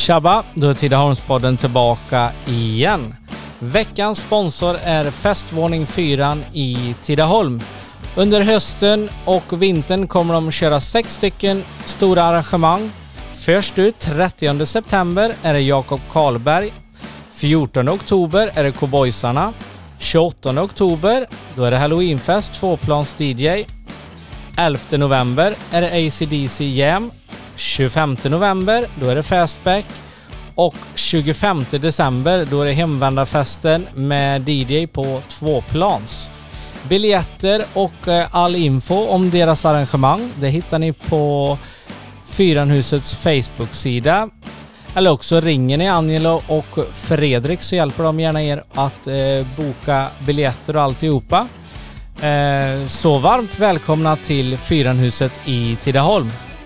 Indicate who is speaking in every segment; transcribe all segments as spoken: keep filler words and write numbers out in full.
Speaker 1: Tjabba, då är Tidaholmspodden tillbaka igen. Veckans sponsor är Festvåning fyra i Tidaholm. Under hösten och vintern kommer de köra sex stycken stora arrangemang. Först ut trettionde september är det Jakob Karlberg. fjortonde oktober är det Cowboysarna. tjugoåttonde oktober då är det Halloweenfest tvåplans D J. elfte november är det A C D C Jam. tjugofemte november då är det Fastback. Och tjugofemte december då är det Hemvändarfesten med D J på tvåplans. Biljetter och all info om deras arrangemang det hittar ni på Fyranhusets Facebook-sida. Eller också ringer ni Angelo och Fredrik så hjälper de gärna er att eh, boka biljetter och alltihopa. Eh, så varmt välkomna till Fyranhuset i Tidaholm.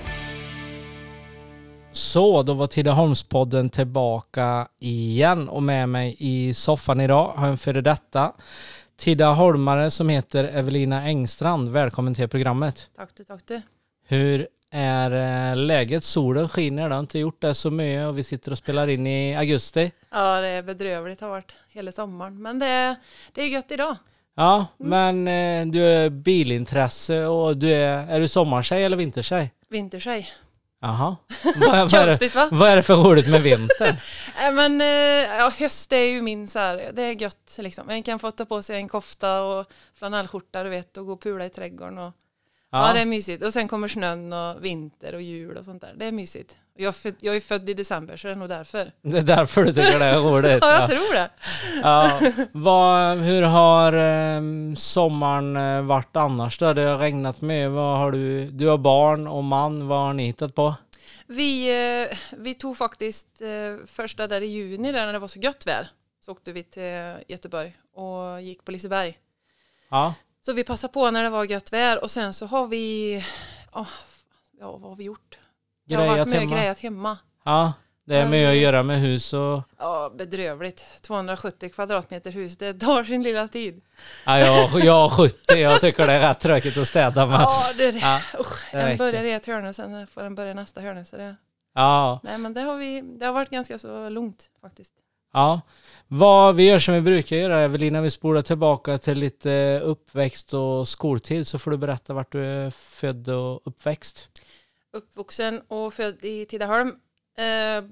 Speaker 1: Så, då var Tidaholmspodden tillbaka igen och med mig i soffan idag har jag en före detta Tidaholmare som heter Evelina Engstrand. Välkommen till programmet.
Speaker 2: Tack du, tack du.
Speaker 1: Hur är läget? Solen skiner, det har inte gjort det så mycket och vi sitter och spelar in i augusti.
Speaker 2: Ja, det är bedrövligt, har varit hela sommaren. Men det är, det är gött idag.
Speaker 1: Ja, mm. men eh, du är bilintresse och du är, är du sommartjej eller vintertjej?
Speaker 2: Vintertjej.
Speaker 1: Jaha. Vad, vad, är det, vad är det för roligt med vintern?
Speaker 2: äh, men äh, ja, höst är ju min så här, det är gött liksom. Man kan få ta på sig en kofta och flanellskjorta du vet och gå och pula i trädgården och ja. ja, det är mysigt. Och sen kommer snön och vinter och jul och sånt där. Det är mysigt. Jag är, född, jag är född i december så det är nog därför.
Speaker 1: Det är därför du tycker det är roligt.
Speaker 2: Ja, jag tror det.
Speaker 1: Ja. Vad, hur har eh, sommaren eh, varit annars då? Det har regnat med. Vad har du, du har barn och man. Vad har ni hittat på?
Speaker 2: Vi, eh, vi tog faktiskt eh, första där i juni där när det var så gött väder. Så åkte vi till Göteborg och gick på Liseberg.
Speaker 1: Ja.
Speaker 2: Så vi passade på när det var gött väder och sen så har vi, oh, ja vad har vi gjort? Det har varit mycket grejat hemma.
Speaker 1: Ja, det är mycket att göra med hus och...
Speaker 2: Ja, bedrövligt. tvåhundrasjuttio kvadratmeter hus, det tar sin lilla tid.
Speaker 1: Ja, jag, jag har sjuttio, jag tycker det är rätt tråkigt att städa med.
Speaker 2: Ja, det är det. Ja, Usch,
Speaker 1: det
Speaker 2: en börjar i ett hörn och sen får den börja nästa hörn. Så det...
Speaker 1: Ja.
Speaker 2: Nej, men det har, vi, det har varit ganska så lugnt faktiskt.
Speaker 1: Ja, vad vi gör som vi brukar göra, Evelina, vi spolar tillbaka till lite uppväxt och skoltid så får du berätta vart du är född och uppväxt.
Speaker 2: Uppvuxen och född i Tidaholm. Eh,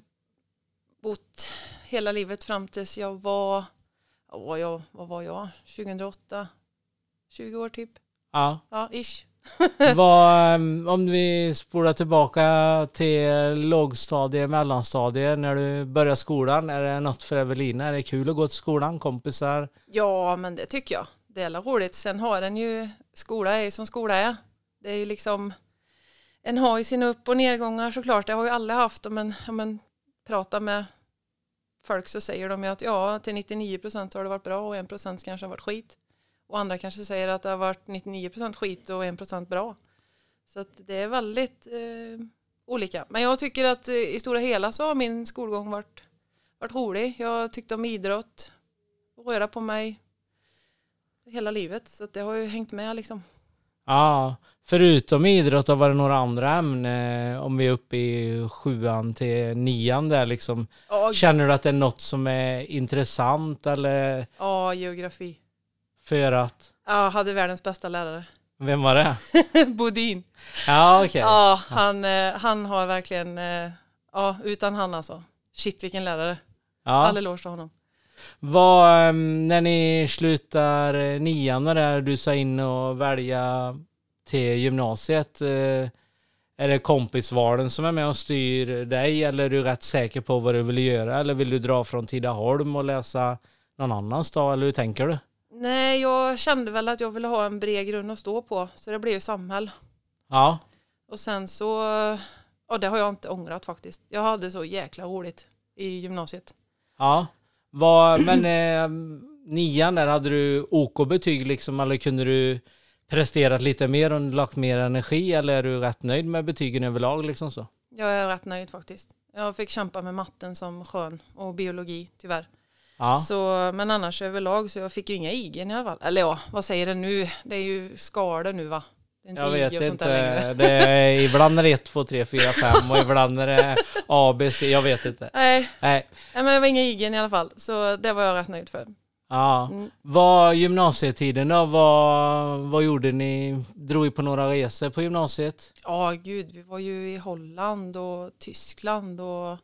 Speaker 2: bott hela livet fram tills jag var, vad, jag, vad var jag? tjugohundraåtta. tjugo år typ.
Speaker 1: Ja.
Speaker 2: Ja, ish.
Speaker 1: Vad, om vi spolar tillbaka till lågstadie, mellanstadie, när du började skolan, är det något för Evelina? Är det kul att gå till skolan, kompisar?
Speaker 2: Ja, men det tycker jag. Det är roligt. Sen har den ju, skola är som skola är. Det är ju liksom, en har ju sina upp- och nedgångar såklart. Det har ju alla haft. Men om man pratar med folk så säger de ju att ja, till nittionio procent har det varit bra och en procent kanske har varit skit. Och andra kanske säger att det har varit nittionio procent skit och en procent bra. Så att det är väldigt eh, olika. Men jag tycker att eh, i stora hela så har min skolgång varit, varit rolig. Jag tyckte om idrott. Röra på mig hela livet. Så att det har ju hängt med liksom.
Speaker 1: Ja, förutom idrott har det några andra ämnen om vi är uppe i sjuan till nian där liksom. Oh, känner du att det är något som är intressant eller?
Speaker 2: Ja, oh, geografi.
Speaker 1: För att?
Speaker 2: Ja, hade världens bästa lärare.
Speaker 1: Vem var det?
Speaker 2: Bodin.
Speaker 1: Ja, okej. Okay.
Speaker 2: Ja, han, han har verkligen, ja, utan han alltså. Shit, vilken lärare. Ja. All eloge till honom.
Speaker 1: Vad, när ni slutar nian och där du sa in och välja till gymnasiet, är det kompisvalen som är med och styr dig eller är du rätt säker på vad du vill göra eller vill du dra från Tidaholm och läsa någon annanstans eller hur tänker du?
Speaker 2: Nej, jag kände väl att jag ville ha en bred grund att stå på så det blev ju Samhäll.
Speaker 1: Ja.
Speaker 2: Och sen så, ja det har jag inte ångrat faktiskt. Jag hade så jäkla roligt i gymnasiet.
Speaker 1: Ja. Var, men eh, nian där hade du OK-betyg liksom, eller kunde du presterat lite mer och lagt mer energi eller är du rätt nöjd med betygen överlag liksom så?
Speaker 2: Jag är rätt nöjd faktiskt. Jag fick kämpa med matten som skön och biologi tyvärr.
Speaker 1: Ja.
Speaker 2: Så, men annars överlag så jag fick ju inga igen i alla fall. Eller ja, vad säger det nu? Det är ju skador nu va? Det är inte
Speaker 1: Jag
Speaker 2: I
Speaker 1: vet
Speaker 2: G och sånt där
Speaker 1: inte.
Speaker 2: längre.
Speaker 1: Det är, ibland är det ett, två, tre, fyra, fem och ibland är det A, B, C. Jag vet inte.
Speaker 2: Nej.
Speaker 1: Nej.
Speaker 2: Nej, men det var inga I G i alla fall. Så det var jag rätt nöjd för.
Speaker 1: Ja.
Speaker 2: Mm.
Speaker 1: Vad gymnasietiden då? Vad, vad gjorde ni? Drog ju på några resor på gymnasiet?
Speaker 2: Ja, gud. Vi var ju i Holland och Tyskland och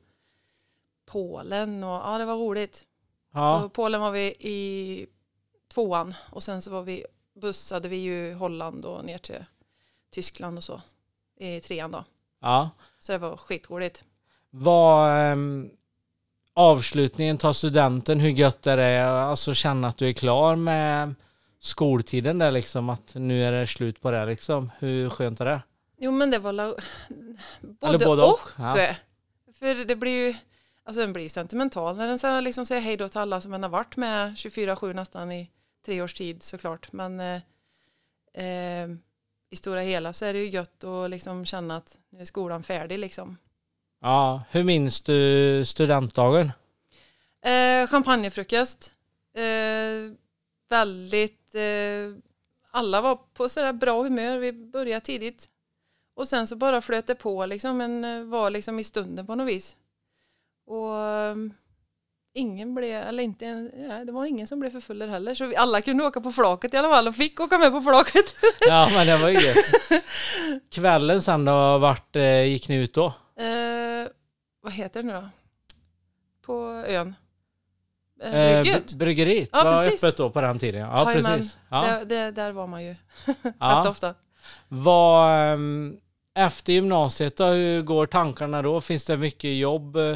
Speaker 2: Polen. Och, ja, det var roligt.
Speaker 1: Ja.
Speaker 2: Så Polen var vi i tvåan. Och sen så var vi, bussade vi ju Holland och ner till Tyskland och så. I trean då.
Speaker 1: Ja.
Speaker 2: Så det var skitroligt.
Speaker 1: Vad... Um, avslutningen, ta studenten, hur gött är det? Alltså känna att du är klar med skoltiden där liksom, att nu är det slut på det liksom. Hur skönt är det?
Speaker 2: Jo, men det var la... både,
Speaker 1: Eller både
Speaker 2: och.
Speaker 1: och. Ja.
Speaker 2: För det blir ju, alltså den blir ju sentimental när den så liksom säger hej då till alla som en har varit med tjugofyra sju nästan i tre års tid såklart. Men eh, eh, i stora hela så är det ju gött att liksom känna att nu är skolan färdig liksom.
Speaker 1: Ja, hur minns du studentdagen?
Speaker 2: Eh, champagnefrukost. Eh, väldigt, eh, alla var på sådär bra humör. Vi började tidigt. Och sen så bara flöt det på liksom, men var liksom i stunden på något vis. Och um, ingen blev, eller inte, ja, det var ingen som blev för full heller. Så vi alla kunde åka på flaket i alla fall och fick åka med på flaket.
Speaker 1: Ja, men det var ju gött. Kvällen sen då, vart eh, gick ni ut då?
Speaker 2: Eh, vad heter det nu då? På ön. Eh,
Speaker 1: Eh,
Speaker 2: Brygget.
Speaker 1: b- bryggeriet
Speaker 2: Ja,
Speaker 1: var
Speaker 2: precis.
Speaker 1: öppet då på den tiden. Ja,
Speaker 2: Jajamän.
Speaker 1: precis. Ja.
Speaker 2: Det, det, där var man ju
Speaker 1: Ja.
Speaker 2: rätt ofta.
Speaker 1: Vad, um, efter gymnasiet då, hur går tankarna då? Finns det mycket jobb uh,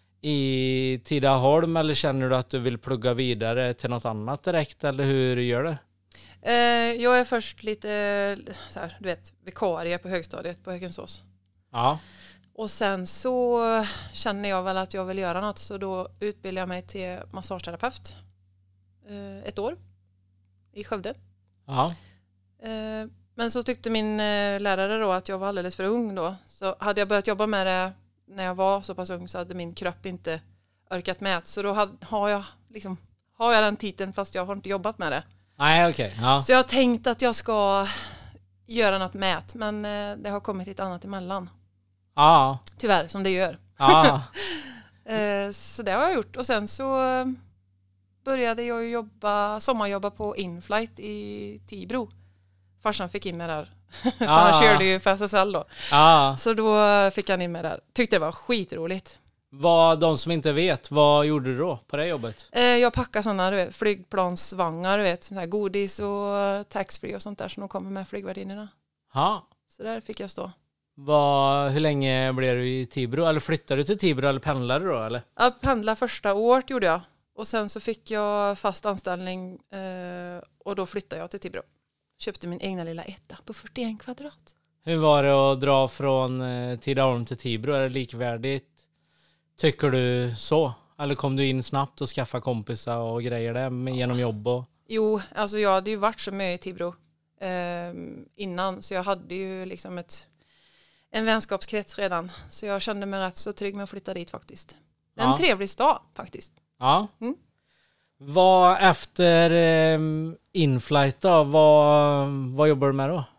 Speaker 1: i Tidaholm eller känner du att du vill plugga vidare till något annat direkt eller hur gör du?
Speaker 2: Eh, jag är först lite eh, så här, du vet, vikarie på högstadiet på Hökensås.
Speaker 1: Ja.
Speaker 2: Och sen så känner jag väl att jag vill göra något så då utbildar jag mig till massageterapeut eh, ett år i Skövde.
Speaker 1: Ja.
Speaker 2: Eh, men så tyckte min eh, lärare då att jag var alldeles för ung då. Så hade jag börjat jobba med det när jag var så pass ung så hade min kropp inte orkat med. Så då had, har, jag, liksom, har jag den titeln fast jag har inte jobbat med det.
Speaker 1: Nej, okej. Okay. Ja.
Speaker 2: Så jag har tänkt att jag ska göra något mät men eh, det har kommit lite annat emellan.
Speaker 1: Ja.
Speaker 2: Tyvärr, som det gör.
Speaker 1: Ja.
Speaker 2: eh, så det har jag gjort. Och sen så eh, började jag jobba, sommarjobba på Inflight i Tibro. Farsan fick in mig där. För han körde ju för S S L då.
Speaker 1: Ja.
Speaker 2: Så då fick han in mig där. Tyckte det var skitroligt.
Speaker 1: Vad, de som inte vet, vad gjorde du då på det jobbet?
Speaker 2: Eh, jag packade sådana, du vet, flygplansvagnar, du vet, sån här godis och taxfree och sånt där som de kommer med flygvärdinnorna.
Speaker 1: Ja.
Speaker 2: Så där fick jag stå.
Speaker 1: Vad, hur länge blev du i Tibro? Eller flyttade du till Tibro eller pendlade du då? Eller?
Speaker 2: Jag pendlade första året gjorde jag. Och sen så fick jag fast anställning eh, och då flyttade jag till Tibro. Köpte min egna lilla etta på fyrtioen kvadrat.
Speaker 1: Hur var det att dra från eh, Tidaholm till Tibro? Är det likvärdigt? Tycker du så? Eller kom du in snabbt och skaffa kompisar och grejer där med, genom jobb? Och...
Speaker 2: Jo, alltså jag hade ju varit så mycket i Tibro eh, innan. Så jag hade ju liksom ett, en vänskapskrets redan. Så jag kände mig rätt så trygg med att flytta dit faktiskt. Det är en
Speaker 1: Ja.
Speaker 2: trevlig stad faktiskt.
Speaker 1: Ja.
Speaker 2: Mm.
Speaker 1: Vad efter eh, Inflight då? Vad, vad jobbar du med då?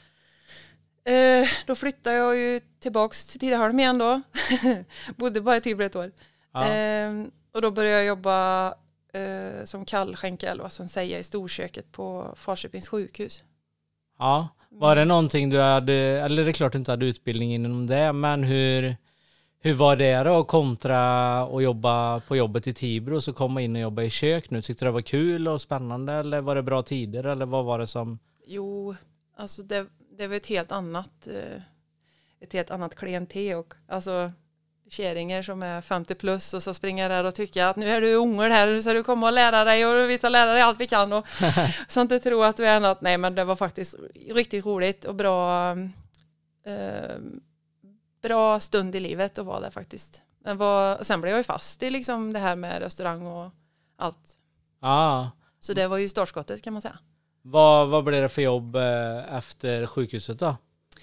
Speaker 2: Eh, då flyttade jag ju tillbaks till Tidaholm igen då. Bodde bara i Tibro ett år.
Speaker 1: Ja.
Speaker 2: Eh, och då började jag jobba eh, som kallskänka eller vad sen säger i storköket på Falköpings sjukhus.
Speaker 1: Ja. Var det någonting du hade, eller det är klart du inte hade utbildning inom det, men hur, hur var det då kontra att jobba på jobbet i Tibro och så komma in och jobba i kök nu? Tyckte du det var kul och spännande eller var det bra tider eller vad var det som...
Speaker 2: Jo, alltså det, det var ett helt annat eh, ett helt annat klientel och alltså kärringar som är femtio plus och så springer där och tycker att nu är du ungar här nu ska du komma och lära dig och vi ska lära dig allt vi kan och så inte tro att du är något. Nej, men det var faktiskt riktigt roligt och bra eh, bra stund i livet att vara där faktiskt. Det var, sen blev jag ju fast i liksom det här med restaurang och allt.
Speaker 1: Ja.
Speaker 2: Så det var ju startskottet kan man säga.
Speaker 1: Vad, vad blev det för jobb eh, efter sjukhuset då?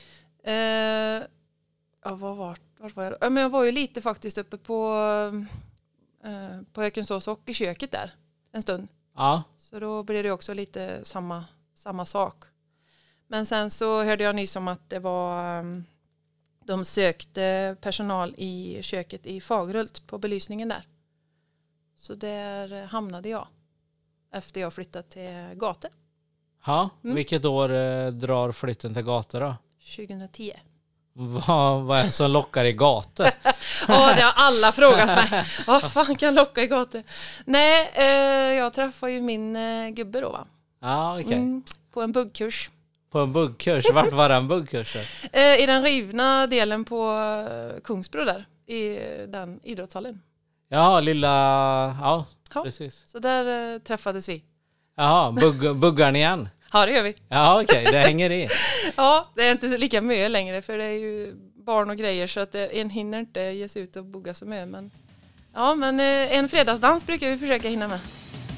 Speaker 2: Eh, ja, vad var, vart var jag då? Ja, men jag var ju lite faktiskt uppe på eh, på Hökensås och i köket där en stund.
Speaker 1: Ja.
Speaker 2: Så då blev det också lite samma, samma sak. Men sen så hörde jag nyss om att det var... Um, de sökte personal i köket i Fagerhult på belysningen där. Så där hamnade jag. Efter jag flyttat till Gate.
Speaker 1: Ja,
Speaker 2: Mm.
Speaker 1: vilket år eh, drar flytten till Gate då?
Speaker 2: tjugohundratio.
Speaker 1: Vad, vad är det som lockar i Gate?
Speaker 2: Åh, det har alla frågat mig. Vad fan kan locka i Gate? Nej, eh, jag träffade ju min eh, gubbe då va?
Speaker 1: Ja, okej. Okay.
Speaker 2: Mm, på en buggkurs.
Speaker 1: På en buggkurs? Vart var den buggkursen?
Speaker 2: Eh, I den rivna delen på eh, Kungsbro där. I den idrottshallen.
Speaker 1: Jaha, lilla... Ja,
Speaker 2: ja.
Speaker 1: Precis.
Speaker 2: Så där eh, träffades vi.
Speaker 1: Jaha, bugg, buggarn igen?
Speaker 2: Ja, det gör vi.
Speaker 1: Ja, okej, okay, det hänger i.
Speaker 2: Ja, det är inte så lika mycket längre för det är ju barn och grejer så att det, en hinner inte ge sig ut och bugga så mycket. Men, ja, men eh, en fredagsdans brukar vi försöka hinna med.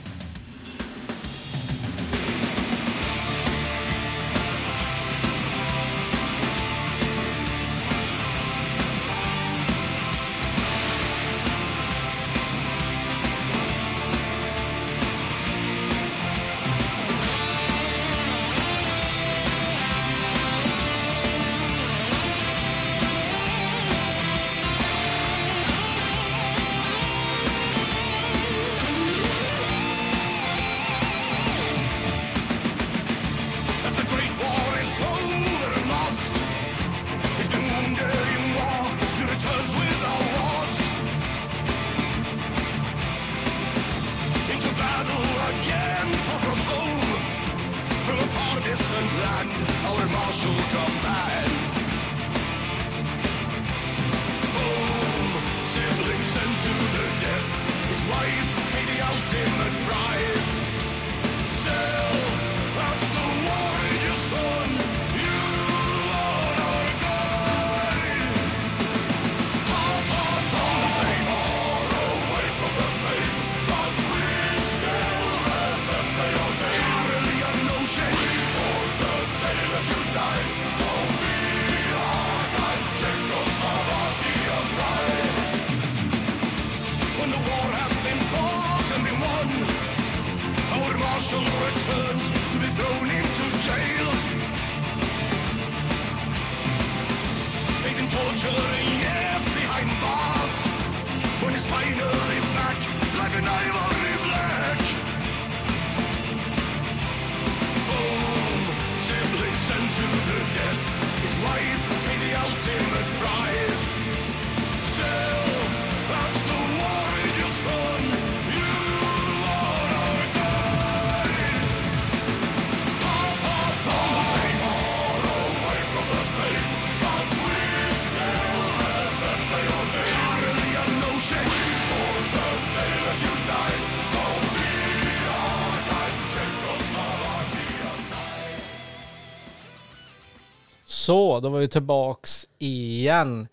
Speaker 1: Så, då var vi tillbaks igen.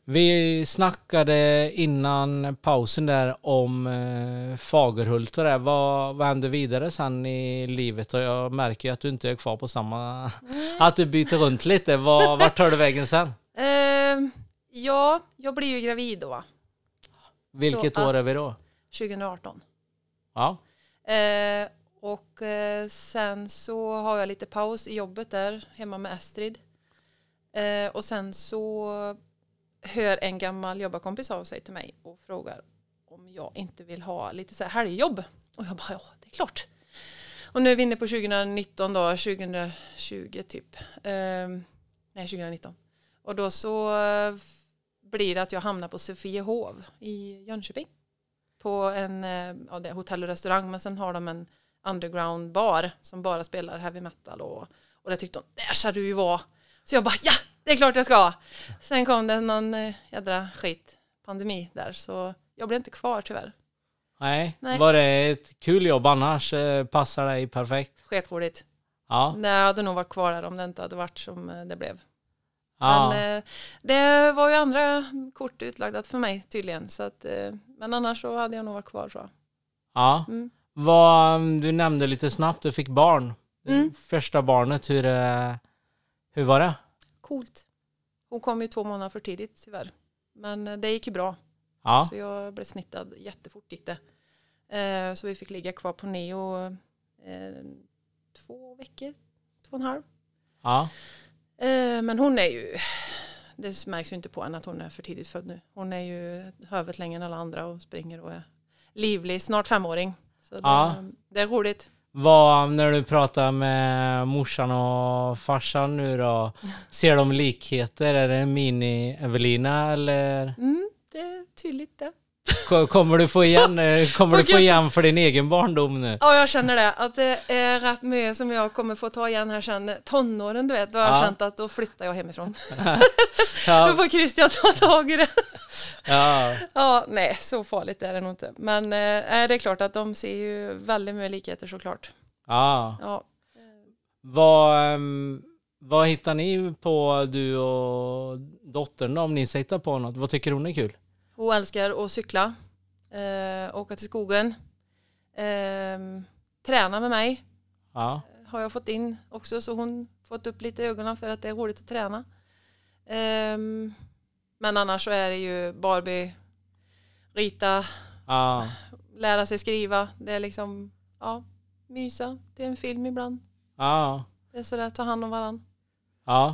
Speaker 1: Vi snackade innan pausen där om eh, Fagerhult och det. Vad, vad hände vidare sen i livet? Och jag märker ju att du inte är kvar på samma... Mm. Att du byter runt lite. Vad, vart tar du vägen sen?
Speaker 2: Uh, ja, jag blir ju gravid då.
Speaker 1: Vilket
Speaker 2: Så,
Speaker 1: år är vi då?
Speaker 2: tjugoarton.
Speaker 1: Ja.
Speaker 2: Uh, och uh, sen så har jag lite paus i jobbet där hemma med Astrid. Uh, och sen så hör en gammal jobbarkompis av sig till mig och frågar om jag inte vill ha lite så här helgjobb. Och jag bara, ja, det är klart. Och nu är vi inne på tjugonitton då, tjugohundratjugo typ. Uh, nej, tjugonitton. Och då så uh, blir det att jag hamnar på Sofiehov i Jönköping. På en uh, ja, det är hotell och restaurang, men sen har de en underground bar som bara spelar heavy metal. Och, och det tyckte de, där ska du ju vara. Så jag bara, ja, det är klart jag ska. Sen kom det någon uh, jädra skit, pandemi där. Så jag blev inte kvar tyvärr.
Speaker 1: Nej,
Speaker 2: Nej.
Speaker 1: Var det ett kul jobb annars? Passar dig perfekt?
Speaker 2: Skitroligt.
Speaker 1: Ja.
Speaker 2: Det hade nog varit kvar där om det inte hade varit som det blev.
Speaker 1: Ja.
Speaker 2: Men eh, det var ju andra kort utlagda för mig tydligen. Så att, eh, men annars så hade jag nog varit kvar så.
Speaker 1: Ja.
Speaker 2: Mm.
Speaker 1: Vad, du nämnde lite snabbt, du fick barn.
Speaker 2: Mm.
Speaker 1: Första barnet, hur, hur var det?
Speaker 2: Coolt. Hon kom ju två månader för tidigt tyvärr. Men eh, det gick ju bra.
Speaker 1: Ja.
Speaker 2: Så jag blev snittad jättefort gick det. Eh, så vi fick ligga kvar på Neo eh, två veckor, två och en halv.
Speaker 1: Ja.
Speaker 2: Eh, men hon är ju, det märks ju inte på henne att hon är för tidigt född nu. Hon är ju huvudet längre än alla andra och springer och är livlig, snart femåring. Så det,
Speaker 1: Ja.
Speaker 2: det är roligt.
Speaker 1: Vad, när du pratar med morsan och farsan nu då, ser de likheter? Är det en mini-Evelina eller?
Speaker 2: Mm, det är tydligt det.
Speaker 1: Kommer du få igen, kommer du få igen för din egen barndom nu?
Speaker 2: Ja, jag känner det. Att det är rätt mycket som jag kommer få ta igen här sen. Tonåren, du vet. Då har jag
Speaker 1: Ja.
Speaker 2: känt att då flyttar jag hemifrån.
Speaker 1: Ja.
Speaker 2: Då får Christian ta tag i det.
Speaker 1: Ja.
Speaker 2: Ja, nej, så farligt är det nog inte. Men eh, det är klart att de ser ju väldigt mycket likheter såklart.
Speaker 1: Ja.
Speaker 2: Ja.
Speaker 1: Vad, um, vad hittar ni på, du och dottern då, om ni hittar på något? Vad tycker hon är kul?
Speaker 2: Hon älskar att cykla, eh, åka till skogen, eh, träna med mig.
Speaker 1: Ja.
Speaker 2: Har jag fått in också, så hon fått upp lite i ögonen för att det är roligt att träna. Eh, men annars så är det ju Barbie, rita,
Speaker 1: Ja.
Speaker 2: lära sig skriva. Det är liksom, ja, mysa till en film ibland.
Speaker 1: Ja.
Speaker 2: Det är sådär, ta hand om varann.
Speaker 1: Ja.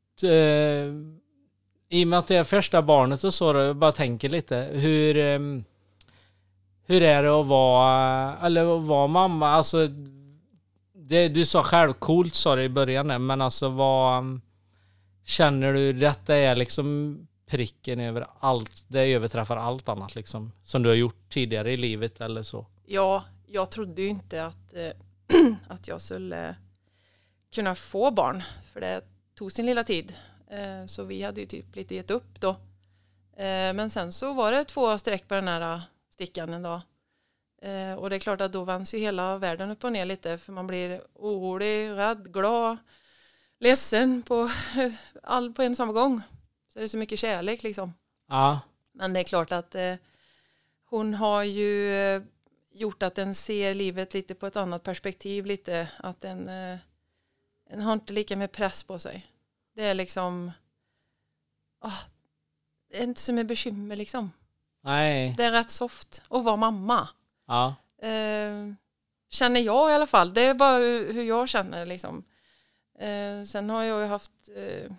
Speaker 1: Mm. I och med att det är första barnet och så, då, jag bara tänker lite, hur, um, hur är det att vara, eller att vara mamma? Alltså, det, du sa själv, coolt sa du i början, men alltså vad um, känner du, detta är liksom pricken över allt, det överträffar allt annat liksom, som du har gjort tidigare i livet eller så?
Speaker 2: Ja, jag trodde ju inte att, eh, att jag skulle kunna få barn, för det tog sin lilla tid. Eh, så vi hade ju typ lite gett upp då. Eh, men sen så var det två streck på den här stickan en dag. Eh, och det är klart att då vänds ju hela världen upp och ner lite, för man blir orolig, rädd, glad, ledsen på, all, på en samma gång. Så det är så mycket kärlek liksom.
Speaker 1: Ja.
Speaker 2: Men det är klart att eh, hon har ju eh, gjort att den ser livet lite på ett annat perspektiv. Lite att den, eh, den har inte lika med press på sig. Det är liksom, oh, det är inte så mycket bekymmer liksom.
Speaker 1: Nej.
Speaker 2: Det är rätt soft att vara mamma.
Speaker 1: Ja.
Speaker 2: Eh, känner jag i alla fall. Det är bara hur jag känner liksom. Eh, sen har jag ju haft eh,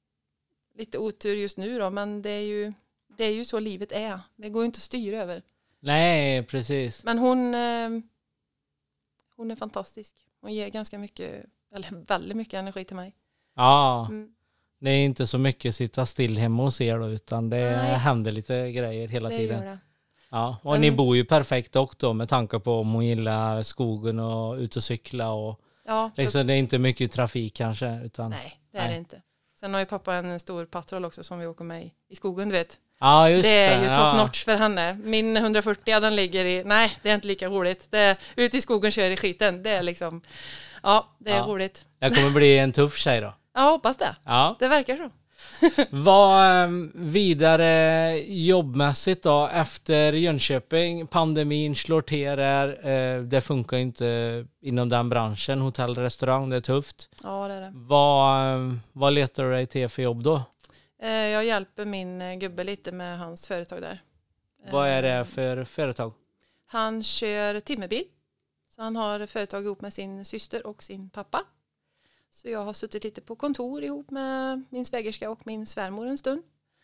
Speaker 2: lite otur just nu då, men det är ju det är ju så livet är. Det går ju inte att styra över.
Speaker 1: Nej, precis.
Speaker 2: Men hon eh, hon är fantastisk. Hon ger ganska mycket, eller väldigt mycket energi till mig.
Speaker 1: Ja.
Speaker 2: Mm.
Speaker 1: Det är inte så mycket sitta still hemma hos er då, utan det
Speaker 2: Nej.
Speaker 1: händer lite grejer hela
Speaker 2: Det
Speaker 1: tiden.
Speaker 2: gör det.
Speaker 1: Ja, och
Speaker 2: Sen-
Speaker 1: ni bor ju perfekt också då, med tanke på om hon gillar skogen och ut och cykla och
Speaker 2: Ja, för-
Speaker 1: liksom, det är inte mycket trafik kanske, utan
Speaker 2: nej, det är
Speaker 1: Nej.
Speaker 2: det inte. Sen har ju pappa en stor patrull också som vi åker med i, i skogen, du vet.
Speaker 1: ja, just
Speaker 2: Det
Speaker 1: det.
Speaker 2: är ju
Speaker 1: ja.
Speaker 2: top notch för henne. Min hundrafyrtio, den ligger i, nej, det är inte lika roligt. Det är ute i skogen, kör i skiten. Det är liksom, ja, det är
Speaker 1: Ja.
Speaker 2: roligt.
Speaker 1: Jag kommer bli en tuff tjej då.
Speaker 2: Jag hoppas det.
Speaker 1: Ja.
Speaker 2: Det verkar så.
Speaker 1: Vad um, vidare jobbmässigt då efter Jönköping, pandemin slår till er, eh, det funkar inte inom den branschen, hotell, restaurang, det är tufft.
Speaker 2: Ja, det är det.
Speaker 1: Vad, um, vad letar du dig till för jobb då?
Speaker 2: Eh, Jag hjälper min eh, gubbe lite med hans företag där.
Speaker 1: Vad är
Speaker 2: Eh,
Speaker 1: det för företag?
Speaker 2: Han kör timmerbil. Så han har företag ihop med sin syster och sin pappa. Så jag har suttit lite på kontor ihop med min svägerska och min svärmor en stund.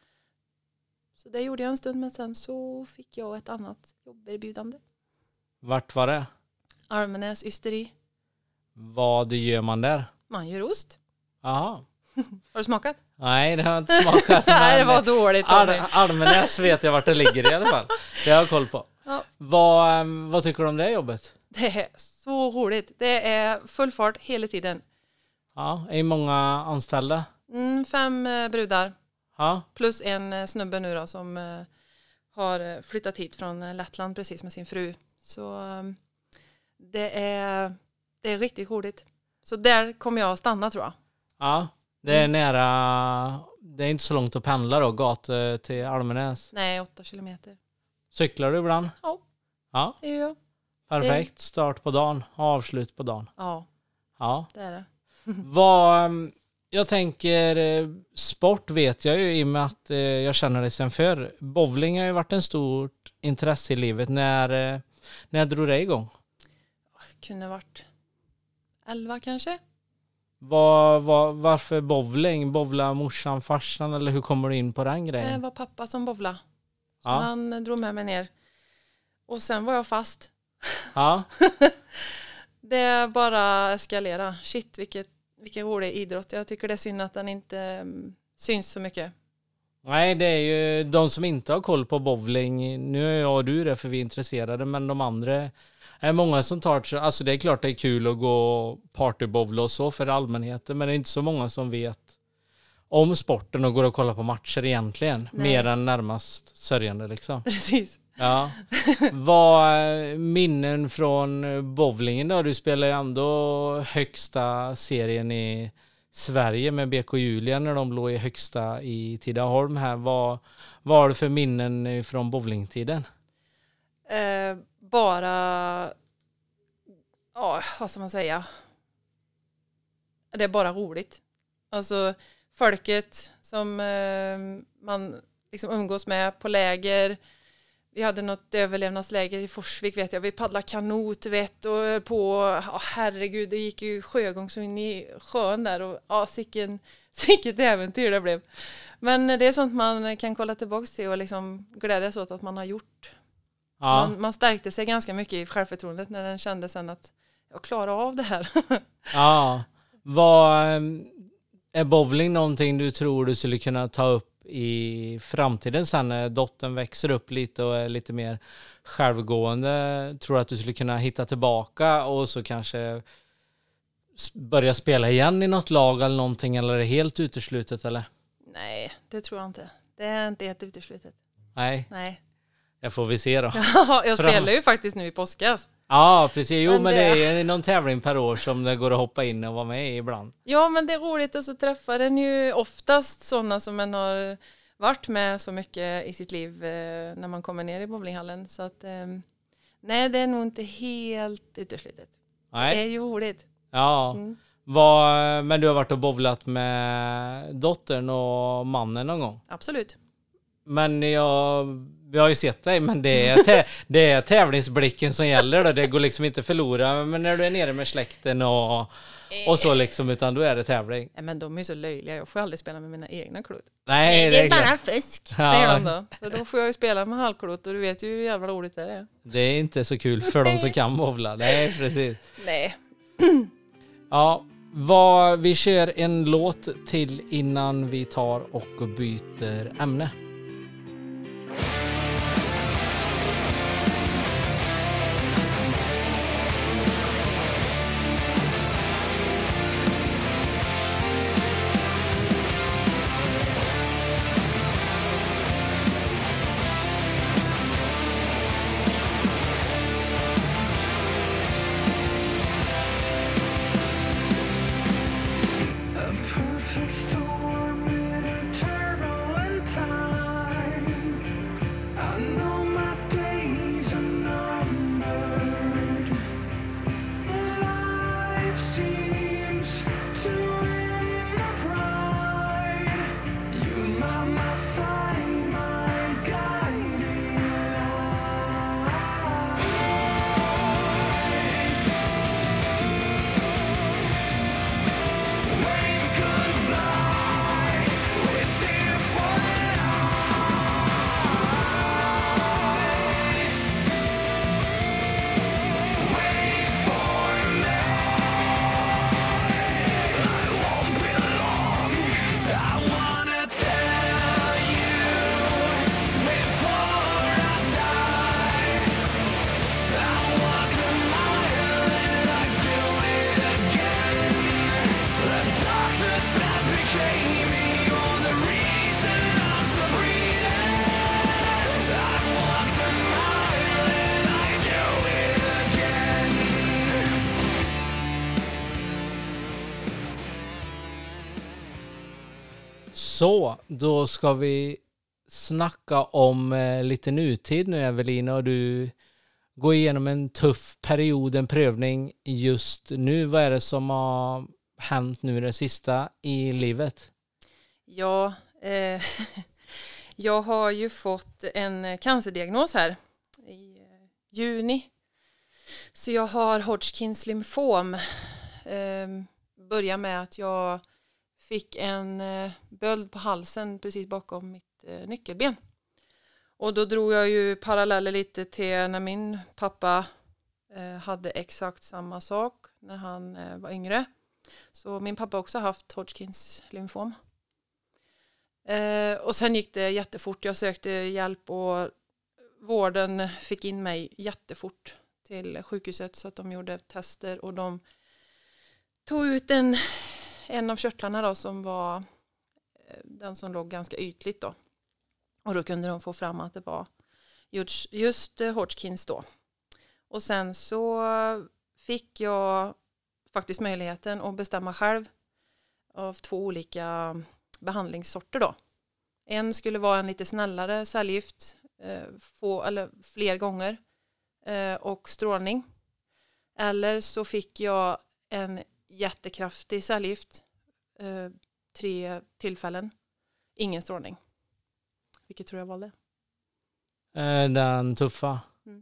Speaker 2: Så det gjorde jag en stund, men sen så fick jag ett annat jobberbjudande.
Speaker 1: Vart var det?
Speaker 2: Almenäs ysteri.
Speaker 1: Vad gör man där?
Speaker 2: Man gör ost.
Speaker 1: Jaha.
Speaker 2: Har du smakat?
Speaker 1: Nej, det har jag inte smakat.
Speaker 2: Nej, det
Speaker 1: men
Speaker 2: var dåligt av
Speaker 1: Al-
Speaker 2: mig.
Speaker 1: Almenäs vet jag vart det ligger i alla fall. Det har jag koll på.
Speaker 2: Ja.
Speaker 1: Vad, um, vad tycker du om det jobbet?
Speaker 2: Det är så roligt. Det är full fart hela tiden.
Speaker 1: Ja, är många anställda?
Speaker 2: Mm, fem eh, brudar.
Speaker 1: Ja,
Speaker 2: Plus en eh, snubbe nu då som eh, har eh, flyttat hit från eh, Lettland precis med sin fru. Så eh, det är, det är riktigt roligt. Så där kommer jag att stanna, tror jag.
Speaker 1: ja. Det är nära, det är inte så långt att pendla då, gat eh, till Almenäs.
Speaker 2: Nej, åtta kilometer.
Speaker 1: Cyklar du ibland?
Speaker 2: Ja,
Speaker 1: Ja,
Speaker 2: det gör jag.
Speaker 1: perfekt. Start på dagen, avslut på dagen.
Speaker 2: Ja,
Speaker 1: Ja.
Speaker 2: det är det.
Speaker 1: Vad, um, jag tänker, eh, sport vet jag ju i och med att eh, jag känner det sen förr. Bowling har ju varit en stort intresse i livet. När, eh, när drog det igång?
Speaker 2: Kunde varit elva kanske.
Speaker 1: Var, var, varför bowling? Bowla morsan, farsan eller hur kommer du in på den grejen?
Speaker 2: Det var pappa som bowla.
Speaker 1: Ja.
Speaker 2: Han drog med mig ner. Och sen var jag fast.
Speaker 1: Ja.
Speaker 2: Det är bara eskalera. Shit, vilket, vilken rolig idrott. Jag tycker det är synd att den inte um, syns så mycket.
Speaker 1: Nej, det är ju de som inte har koll på bowling. Nu är jag och du det för vi är intresserade, men de andra är många som tar... Alltså det är klart det är kul att gå partybowla och så för allmänheten, men det är inte så många som vet om sporten och går och kollar på matcher egentligen. Nej. Mer än närmast sörjande liksom.
Speaker 2: Precis.
Speaker 1: Ja. Vad minnen från bowlingen då? Du spelar ju ändå högsta serien i Sverige med B K Julia när de låg i högsta i Tidaholm här. Vad, vad har du för minnen från bowlingtiden?
Speaker 2: Eh, bara, ja, vad ska man säga? Det är bara roligt. Alltså folket som eh, man liksom umgås med på läger. Vi hade något överlevnadsläger i Forsvik, vet jag. Vi paddlade kanot, vet, och på, oh, herregud, det gick ju sjögång så in i sjön där. Och ja, sicken, sicket äventyr det blev. Men det är sånt man kan kolla tillbaka till och liksom glädjas åt att man har gjort. Ja. Man, man stärkte sig ganska mycket i självförtroendet när den kände sen att jag klarar av det här.
Speaker 1: Ja, vad är bowling någonting du tror du skulle kunna ta upp i framtiden sen när dottern växer upp lite och är lite mer självgående? Tror att du skulle kunna hitta tillbaka och så kanske börja spela igen i något lag eller någonting, eller är det helt uteslutet eller?
Speaker 2: Nej, det tror jag inte. Det är inte helt uteslutet.
Speaker 1: Nej.
Speaker 2: Nej.
Speaker 1: Det får vi se då.
Speaker 2: Ja, jag Fram. spelar ju faktiskt nu i påskas.
Speaker 1: Ja, precis. Jo, men,
Speaker 2: men
Speaker 1: det...
Speaker 2: det
Speaker 1: är någon tävling per år som det går att hoppa in och vara med i ibland.
Speaker 2: Ja, men det är roligt att så träffa den ju oftast sådana som man har varit med så mycket i sitt liv eh, när man kommer ner i bowlinghallen. Så att, eh, nej, det är nog inte helt uteslutet. Nej. Det är ju roligt.
Speaker 1: Ja, mm. Vad, men du har varit och bowlat med dottern och mannen någon gång?
Speaker 2: Absolut.
Speaker 1: Men jag, vi har ju sett dig, men det är, tä, det är tävlingsblicken som gäller då. Det går liksom inte förlora, men när du är nere med släkten och, och så liksom, utan då är det tävling.
Speaker 2: Ja, men de är så löjliga, jag får aldrig spela med mina egna klot.
Speaker 1: Nej,
Speaker 2: det är bara fusk, ja. Säger de då. Så då får jag ju spela med halvklot och du vet ju hur jävla roligt det är.
Speaker 1: Det är inte så kul för de som kan bowla, nej precis.
Speaker 2: Nej.
Speaker 1: Ja, vad, vi kör en låt till innan vi tar och byter ämne. Så, då ska vi snacka om eh, lite nutid nu, Evelina, och du går igenom en tuff period, en prövning just nu. Vad är det som har hänt nu det sista i livet?
Speaker 2: Ja, eh, jag har ju fått en cancerdiagnos här i juni. Så jag har Hodgkins lymfom. Eh, började med att jag fick en eh, böld på halsen precis bakom mitt eh, nyckelben. Och då drog jag ju paralleller lite till när min pappa eh, hade exakt samma sak när han eh, var yngre. Så min pappa också haft Hodgkins lymfom. Eh, och sen gick det jättefort. Jag sökte hjälp och vården fick in mig jättefort till sjukhuset så att de gjorde tester och de tog ut en, en av körtlarna då som var eh, den som låg ganska ytligt då. Och då kunde de få fram att det var just, just eh, Hodgkins då. Och sen så fick jag faktiskt möjligheten att bestämma själv av två olika behandlingssorter då. En skulle vara en lite snällare cellgift, eh, få, eller fler gånger eh, och strålning. Eller så fick jag en jättekraftig cellgift, eh, tre tillfällen, ingen strålning. Vilket tror jag valde?
Speaker 1: Eh, den tuffa.
Speaker 2: Mm.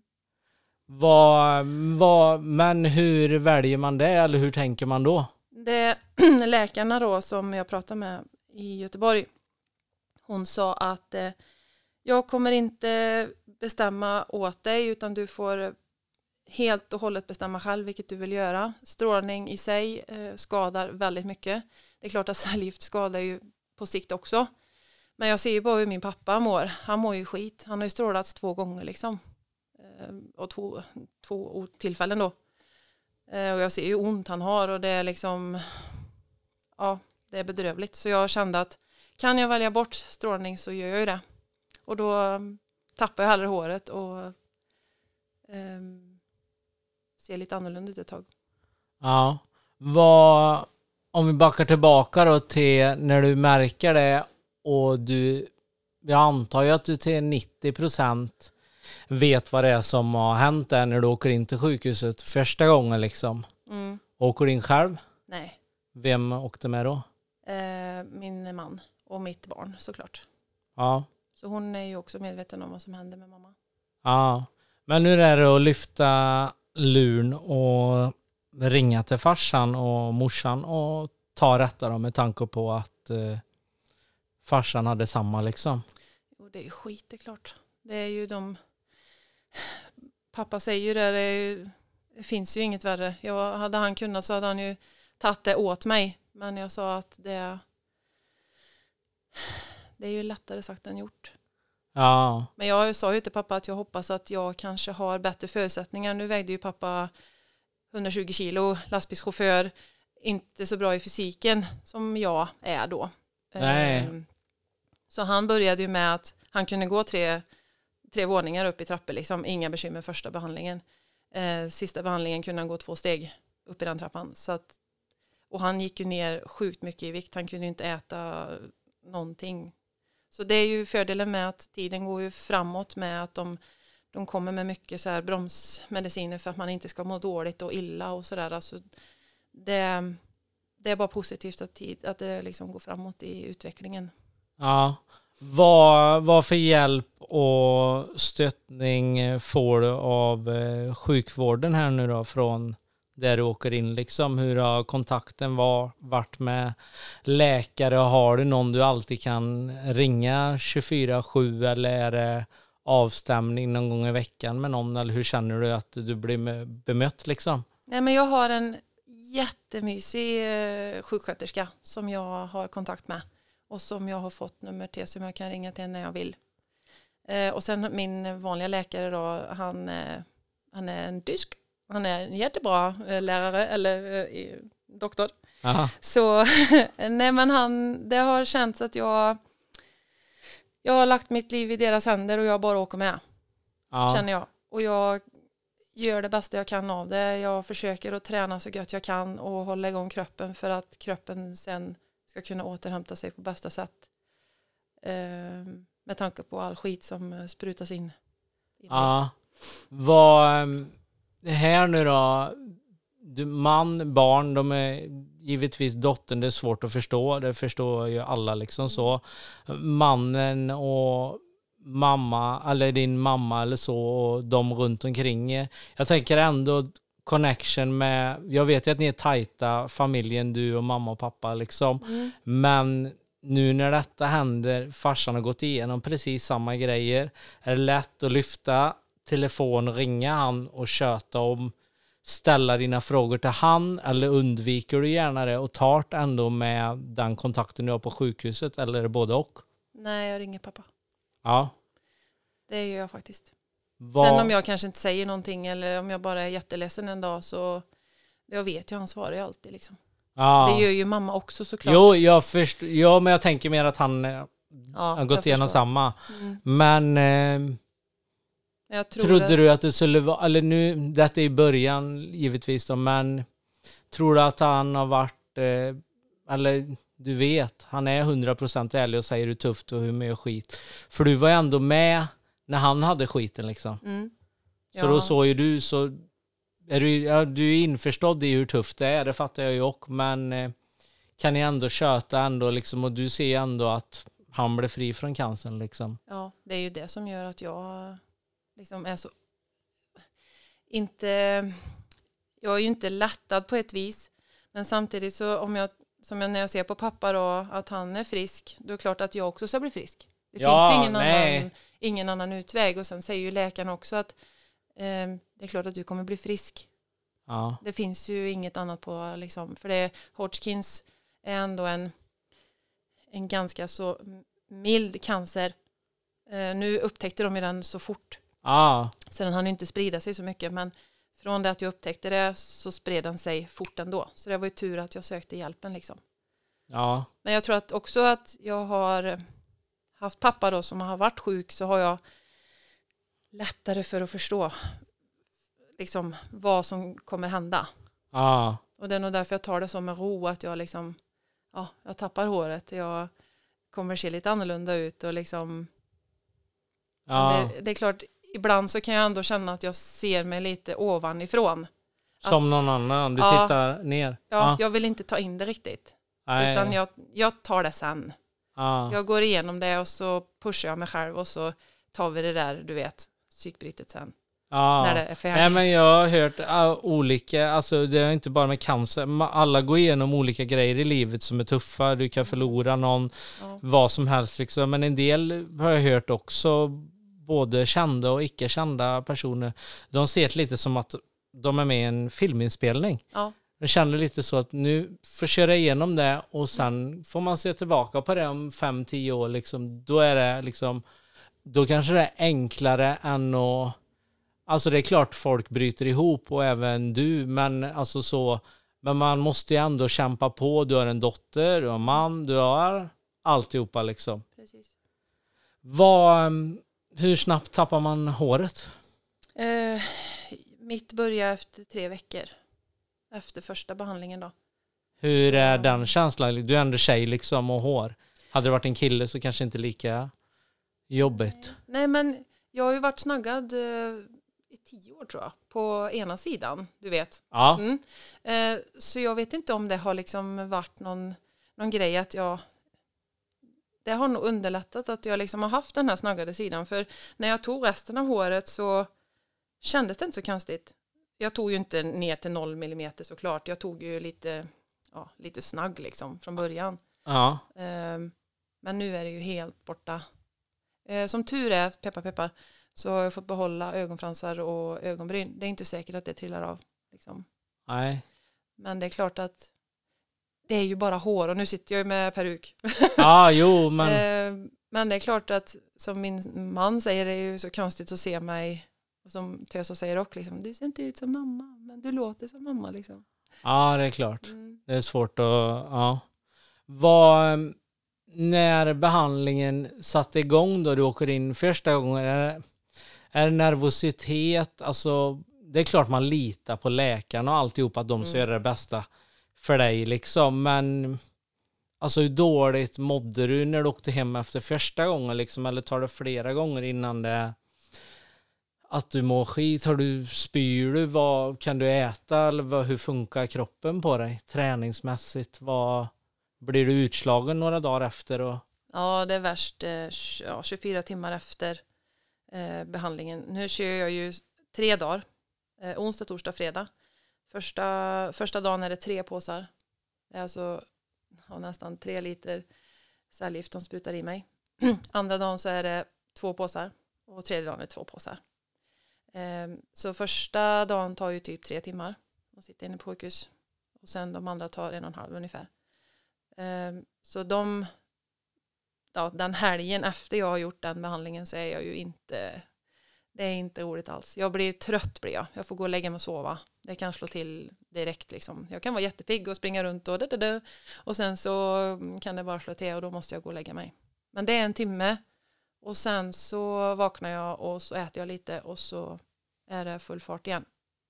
Speaker 1: Vad, vad, men hur väljer man det eller hur tänker man då?
Speaker 2: Det läkarna då som jag pratade med i Göteborg, hon sa att eh, jag kommer inte bestämma åt dig utan du får helt och hållet bestämma själv vilket du vill göra. Strålning i sig eh, skadar väldigt mycket. Det är klart att cellgift skadar ju på sikt också. Men jag ser ju bara hur min pappa mår. Han mår ju skit. Han har ju strålats två gånger liksom. Eh, och två, två tillfällen då. Eh, och jag ser ju ont han har och det är liksom, ja, det är bedrövligt. Så jag kände att kan jag välja bort strålning så gör jag ju det. Och då um, tappar jag hellre håret och um, ser lite annorlunda ut ett tag.
Speaker 1: Ja, vad, om vi backar tillbaka då till när du märker det och du, jag antar ju att du till nittio procent vet vad det är som har hänt där när du åker in till sjukhuset första gången liksom.
Speaker 2: Mm.
Speaker 1: Åker du in själv?
Speaker 2: Nej.
Speaker 1: Vem åkte med då?
Speaker 2: Eh, min man och mitt barn såklart.
Speaker 1: Ja.
Speaker 2: Så hon är ju också medveten om vad som händer med mamma.
Speaker 1: Ja, men nu är det att lyfta luren och ringa till farsan och morsan och ta rätta då med tanke på att eh, farsan hade samma liksom.
Speaker 2: Jo, det är ju skit, det är klart. Det är ju de... Pappa säger ju det, det, är ju... det finns ju inget värre. Jag, hade han kunnat så hade han ju tagit det åt mig. Men jag sa att det... Det är ju lättare sagt än gjort.
Speaker 1: Ja.
Speaker 2: Men jag sa ju till pappa att jag hoppas att jag kanske har bättre förutsättningar. Nu vägde ju pappa hundratjugo kilo, lastbilschaufför, inte så bra i fysiken som jag är då.
Speaker 1: Nej.
Speaker 2: Så han började ju med att han kunde gå tre, tre våningar upp i trappor, liksom inga bekymmer första behandlingen. Eh, sista behandlingen kunde han gå två steg upp i den trappan. Så att, och han gick ju ner sjukt mycket i vikt, han kunde ju inte äta någonting. Så det är ju fördelen med att tiden går ju framåt med att de, de kommer med mycket så här bromsmediciner för att man inte ska må dåligt och illa och sådär. Alltså det, det är bara positivt att, tid, att det liksom går framåt i utvecklingen.
Speaker 1: Ja. Vad, vad för hjälp och stöttning får du av eh, sjukvården här nu då från där du åker in liksom? Hur har kontakten var, varit med läkare? Har du någon du alltid kan ringa tjugofyra sju eller är det avstämning någon gång i veckan med någon? Eller hur känner du att du blir bemött liksom?
Speaker 2: Nej, men jag har en jättemysig eh, sjuksköterska som jag har kontakt med och som jag har fått nummer till som jag kan ringa till när jag vill. Eh, och sen min vanliga läkare då, han, eh, han är en tysk. Han är en jättebra eh, lärare eller eh, doktor.
Speaker 1: Aha.
Speaker 2: Så nej, men han, det har känts att jag jag har lagt mitt liv i deras händer och jag bara åker med. Ja. Känner jag. Och jag gör det bästa jag kan av det. Jag försöker att träna så gott jag kan och hålla igång kroppen för att kroppen sen ska kunna återhämta sig på bästa sätt. Eh, med tanke på all skit som sprutas in.
Speaker 1: Ja. Vad här nu då? Du, man, barn, de är givetvis dottern, det är svårt att förstå. Det förstår ju alla liksom så. Mannen och mamma, eller din mamma eller så, och de runt omkring. Jag tänker ändå connection med, jag vet ju att ni är tajta, familjen, du och mamma och pappa liksom.
Speaker 2: Mm.
Speaker 1: Men nu när detta händer, farsan har gått igenom precis samma grejer. Är det lätt att lyfta telefon, ringa han och köta om, ställa dina frågor till han, eller undviker du gärna det och tar ändå med den kontakten du har på sjukhuset, eller är det både och?
Speaker 2: Nej, jag ringer pappa.
Speaker 1: Ja.
Speaker 2: Det gör jag faktiskt.
Speaker 1: Vad...
Speaker 2: Sen om jag kanske inte säger någonting eller om jag bara är jätteledsen en dag, så jag vet ju, han svarar ju alltid liksom.
Speaker 1: Ja.
Speaker 2: Det gör ju mamma också såklart.
Speaker 1: Jo, jag först... ja, men jag tänker mer att han eh,
Speaker 2: ja,
Speaker 1: har gått igenom
Speaker 2: förstår.
Speaker 1: samma.
Speaker 2: Mm.
Speaker 1: Men eh,
Speaker 2: jag tror
Speaker 1: trodde
Speaker 2: att...
Speaker 1: du att det skulle vara, eller nu, detta är i början givetvis då, men tror du att han har varit, eh, eller du vet, han är hundra procent ärlig och säger hur tufft och hur mycket skit. För du var ju ändå med när han hade skiten liksom.
Speaker 2: Mm. Ja.
Speaker 1: Så då såg ju du, så är du, ja, du är införstådd i hur tufft det är, det fattar jag ju också, men eh, kan ni ändå köta ändå liksom, och du ser ändå att han blev fri från cancern liksom.
Speaker 2: Ja, det är ju det som gör att jag liksom är så inte, jag är ju inte lättad på ett vis, men samtidigt så om jag, som jag när jag ser på pappa då, att han är frisk, då är det klart att jag också ska bli frisk. Det
Speaker 1: Ja,
Speaker 2: finns ju ingen
Speaker 1: nej.
Speaker 2: annan, ingen annan utväg, och sen säger ju läkaren också att eh, det är klart att du kommer bli frisk.
Speaker 1: Ja.
Speaker 2: Det finns ju inget annat på liksom, för det Hodgkins är ändå en en ganska så mild cancer. Eh, nu upptäckte de ju den så fort.
Speaker 1: Ja.
Speaker 2: Så den hann inte sprida sig så mycket, men från det att jag upptäckte det så spred den sig fort ändå. Så det var ju tur att jag sökte hjälpen liksom.
Speaker 1: Ja.
Speaker 2: Men jag tror att också att jag har haft pappa då som har varit sjuk, så har jag lättare för att förstå liksom vad som kommer hända.
Speaker 1: Ja.
Speaker 2: Och det är nog därför jag tar det som en ro, att jag liksom, ja, jag tappar håret, jag kommer se lite annorlunda ut och liksom,
Speaker 1: Ja.
Speaker 2: det, det är klart, ibland så kan jag ändå känna att jag ser mig lite ovanifrån.
Speaker 1: Som
Speaker 2: att,
Speaker 1: någon annan, du
Speaker 2: ja,
Speaker 1: tittar ner.
Speaker 2: Ja,
Speaker 1: Ja.
Speaker 2: jag vill inte ta in det riktigt.
Speaker 1: Nej.
Speaker 2: Utan jag, jag tar det sen.
Speaker 1: Ja.
Speaker 2: Jag går igenom det och så pushar jag mig själv och så tar vi det där, du vet, psykbrytet sen.
Speaker 1: Ja.
Speaker 2: När det är färdigt.
Speaker 1: Nej, men jag har hört uh, olika, alltså det är inte bara med cancer, ma- alla går igenom olika grejer i livet som är tuffa, du kan förlora någon,
Speaker 2: Ja.
Speaker 1: vad som helst liksom, men en del har jag hört också, både kända och icke kända personer, de ser det lite som att de är med i en filminspelning.
Speaker 2: Ja.
Speaker 1: Jag känner lite så att nu får köra igenom det och sen får man se tillbaka på det om fem, tio år liksom, då är det liksom, då kanske det är enklare än att, alltså det är klart folk bryter ihop och även du, men alltså så, men man måste ju ändå kämpa på, du har en dotter, du har en man, du har alltihopa liksom.
Speaker 2: Precis.
Speaker 1: Vad, hur snabbt tappar man håret?
Speaker 2: Eh, mitt börjar efter tre veckor. Efter första behandlingen då.
Speaker 1: Hur är
Speaker 2: Så-
Speaker 1: den känslan? Du är ändå tjej liksom och hår. Hade det varit en kille så kanske inte lika jobbigt.
Speaker 2: Nej, men jag har ju varit snaggad eh, i tio år tror jag. På ena sidan, du vet.
Speaker 1: Ja.
Speaker 2: Mm. Eh, så jag vet inte om det har liksom varit någon, någon grej att jag... Det har nog underlättat att jag liksom har haft den här snaggade sidan. För när jag tog resten av håret så kändes det inte så konstigt. Jag tog ju inte ner till noll millimeter såklart. Jag tog ju lite, ja, lite snagg liksom från början.
Speaker 1: Ja.
Speaker 2: Eh, men nu är det ju helt borta. Eh, som tur är, peppar peppar, så har jag fått behålla ögonfransar och ögonbryn. Det är inte säkert att det trillar av. Liksom.
Speaker 1: Nej.
Speaker 2: Men det är klart att det är ju bara hår och nu sitter jag ju med peruk.
Speaker 1: Ja, jo, men...
Speaker 2: Eh, men det är klart att som min man säger, det är ju så konstigt att se mig, och som Tösa säger också, liksom, du ser inte ut som mamma, men du låter som mamma. Liksom.
Speaker 1: Ja, det är klart.
Speaker 2: Mm.
Speaker 1: Det är svårt att... Ja. Vad... När behandlingen satte igång då du åker in första gången, är det, är det nervositet? Alltså, det är klart man litar på läkarna och alltihop att de ska
Speaker 2: Mm.
Speaker 1: göra det bästa för dig liksom, men alltså hur dåligt mådde du när du åkte hem efter första gången liksom, eller tar det flera gånger innan det att du mår skit? Har du, spyr du? Vad kan du äta? Eller vad, hur funkar kroppen på dig träningsmässigt? Vad, blir du utslagen några dagar efter? Och...
Speaker 2: Ja, det är värst eh, tj- ja, tjugofyra timmar efter eh, behandlingen. Nu kör jag ju tre dagar. Eh, onsdag, torsdag, fredag. Första, första dagen är det tre påsar. Det är alltså ja, nästan tre liter cellgift de sprutar i mig. Andra dagen så är det två påsar. Och tredje dagen är två påsar. Um, så första dagen tar ju typ tre timmar. Och sitter inne på sjukhus. Och sen de andra tar en och en halv ungefär. Um, så de... Ja, den helgen efter jag har gjort den behandlingen så är jag ju inte... Det är inte roligt alls. Jag blir trött blir jag. Jag får gå och lägga mig och sova. Det kan slå till direkt liksom. Jag kan vara jättepigg och springa runt och det, det, och sen så kan det bara slå till och då måste jag gå och lägga mig. Men det är en timme och sen så vaknar jag och så äter jag lite och så är det full fart igen.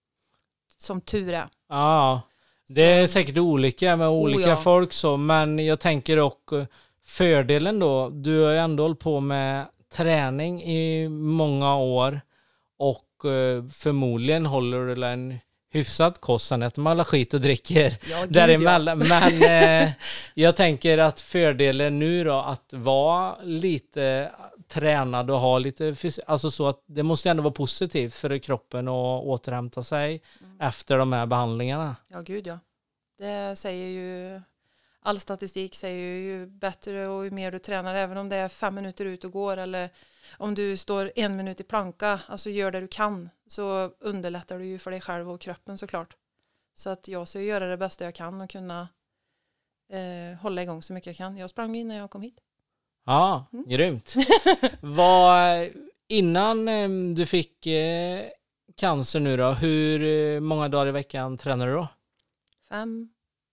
Speaker 2: Som tur är.
Speaker 1: Ja, det är säkert olika med olika
Speaker 2: oh, ja. folk
Speaker 1: så, men jag tänker och fördelen då, du har ju ändå hållit på med träning i många år och förmodligen håller du en hyfsat kossan att man alla skit och dricker
Speaker 2: ja,
Speaker 1: däremellan. Ja. Men eh, jag tänker att fördelen nu då att vara lite tränad och ha lite fys- alltså så att det måste ändå vara positivt för kroppen att återhämta sig mm. efter de här behandlingarna.
Speaker 2: Ja, gud ja. Det säger ju all statistik säger ju bättre och ju mer du tränar, även om det är fem minuter ut och går eller om du står en minut i planka, alltså gör det du kan, så underlättar du ju för dig själv och kroppen såklart. Så att jag ska göra det bästa jag kan och kunna eh, hålla igång så mycket jag kan. Jag sprang in när jag kom hit.
Speaker 1: Ja, mm. grymt. Vad, innan eh, du fick eh, cancer nu då, hur eh, många dagar i veckan tränar du då?
Speaker 2: Fem,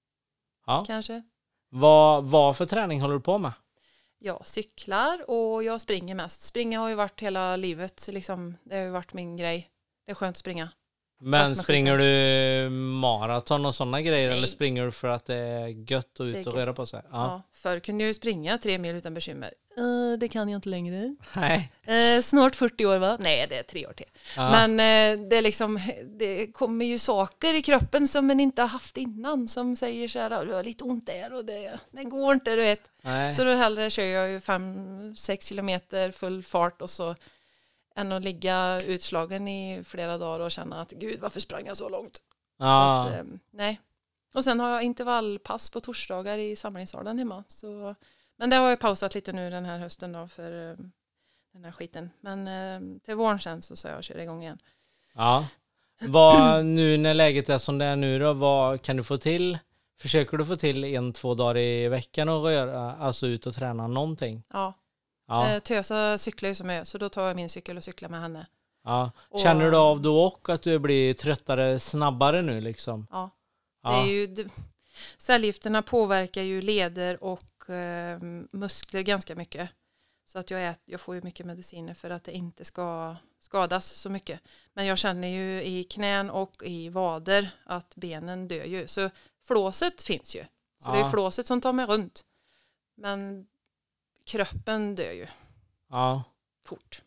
Speaker 1: ja.
Speaker 2: kanske.
Speaker 1: Vad, vad för träning håller du på med?
Speaker 2: Jag cyklar och jag springer mest. Springa har ju varit hela livet. Liksom. Det har ju varit min grej. Det är skönt att springa.
Speaker 1: Men springer du maraton och sådana grejer?
Speaker 2: Nej.
Speaker 1: Eller springer du för att det är gött och ut och röra på sig? Ja.
Speaker 2: Ja, förr kunde jag ju springa tre mil utan bekymmer. Uh, det kan jag inte längre.
Speaker 1: Nej.
Speaker 2: Uh, snart fyrtio år va? Nej, det är tre år till. Ja. Men uh, det är liksom, det kommer ju saker i kroppen som man inte har haft innan. Som säger så här, du har lite ont där och det, det går inte, du vet.
Speaker 1: Nej.
Speaker 2: Så då hellre kör jag ju fem, sex kilometer full fart och så än att ligga utslagen i flera dagar och känna att gud, varför sprang jag så långt?
Speaker 1: Ja.
Speaker 2: Så att, um, nej. Och sen har jag intervallpass på torsdagar i samlingssalen hemma. Så, men det har jag pausat lite nu den här hösten då för um, den här skiten. Men um, till våren sen så ska jag köra igång igen.
Speaker 1: Ja. Vad, nu när läget är som det är nu då, vad kan du få till? Försöker du få till en, två dagar i veckan och röra, alltså ut och träna någonting?
Speaker 2: Ja.
Speaker 1: Ja.
Speaker 2: Eh, Tösa cyklar ju som jag, så då tar jag min cykel och cyklar med henne.
Speaker 1: Ja. Känner och, du av då och att du blir tröttare snabbare nu liksom?
Speaker 2: Ja.
Speaker 1: Ja.
Speaker 2: Det är ju, det, cellgifterna påverkar ju leder och eh, muskler ganska mycket. Så att jag, ät, jag får ju mycket mediciner för att det inte ska skadas så mycket. Men jag känner ju i knän och i vader att benen dör ju. Så flåset finns ju. Så ja. Det är flåset som tar mig runt. Men kroppen dör ju.
Speaker 1: Ja.
Speaker 2: Fort.